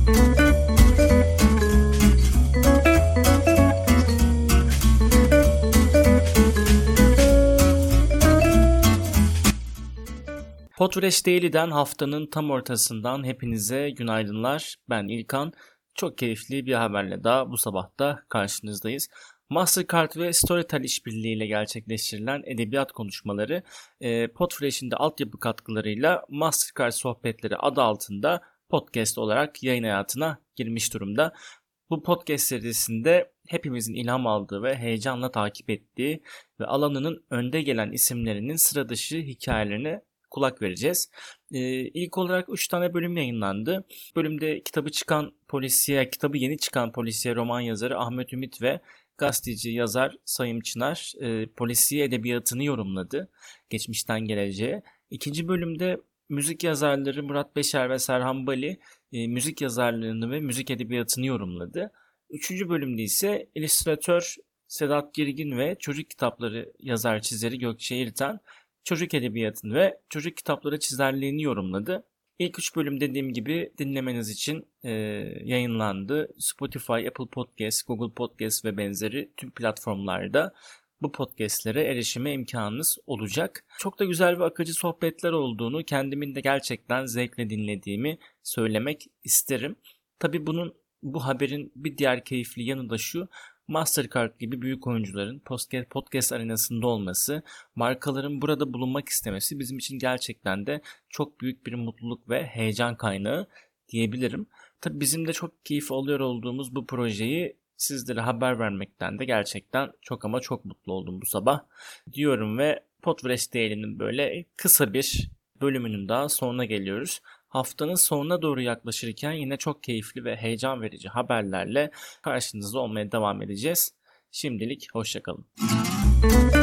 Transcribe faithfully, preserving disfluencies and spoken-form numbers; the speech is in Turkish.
Podfresh Daily'den haftanın tam ortasından hepinize günaydınlar. Ben İlkan. Çok keyifli bir haberle daha bu sabah da karşınızdayız. Mastercard ve Storytel işbirliğiyle gerçekleştirilen edebiyat konuşmaları e, Podfresh'in de altyapı katkılarıyla Mastercard Sohbetleri adı altında podcast olarak yayın hayatına girmiş durumda. Bu podcast serisinde hepimizin ilham aldığı ve heyecanla takip ettiği ve alanının önde gelen isimlerinin sıra dışı hikayelerine kulak vereceğiz. Ee, ilk olarak üç tane bölüm yayınlandı. Bölümde kitabı çıkan polisiye, kitabı yeni çıkan polisiye roman yazarı Ahmet Ümit ve gazeteci yazar Sayım Çınar e, polisiye edebiyatını yorumladı. Geçmişten geleceğe. İkinci bölümde müzik yazarları Murat Beşer ve Serhan Bali e, müzik yazarlığını ve müzik edebiyatını yorumladı. Üçüncü bölümde ise illüstratör Sedat Girgin ve çocuk kitapları yazar çizeri Gökçe İrten çocuk edebiyatını ve çocuk kitapları çizerliğini yorumladı. İlk üç bölüm dediğim gibi dinlemeniz için e, yayınlandı. Spotify, Apple Podcast, Google Podcast ve benzeri tüm platformlarda bu podcastlere erişime imkanınız olacak. Çok da güzel ve akıcı sohbetler olduğunu, kendimin de gerçekten zevkle dinlediğimi söylemek isterim. Tabii bunun bu haberin bir diğer keyifli yanı da şu: Mastercard gibi büyük oyuncuların podcast, podcast arenasında olması, markaların burada bulunmak istemesi bizim için gerçekten de çok büyük bir mutluluk ve heyecan kaynağı diyebilirim. Tabii bizim de çok keyif alıyor olduğumuz bu projeyi sizlere haber vermekten de gerçekten çok ama çok mutlu oldum bu sabah diyorum ve Podfresh Daily'nin böyle kısa bir bölümünün daha sonuna geliyoruz. Haftanın sonuna doğru yaklaşırken yine çok keyifli ve heyecan verici haberlerle karşınızda olmaya devam edeceğiz. Şimdilik hoşça kalın.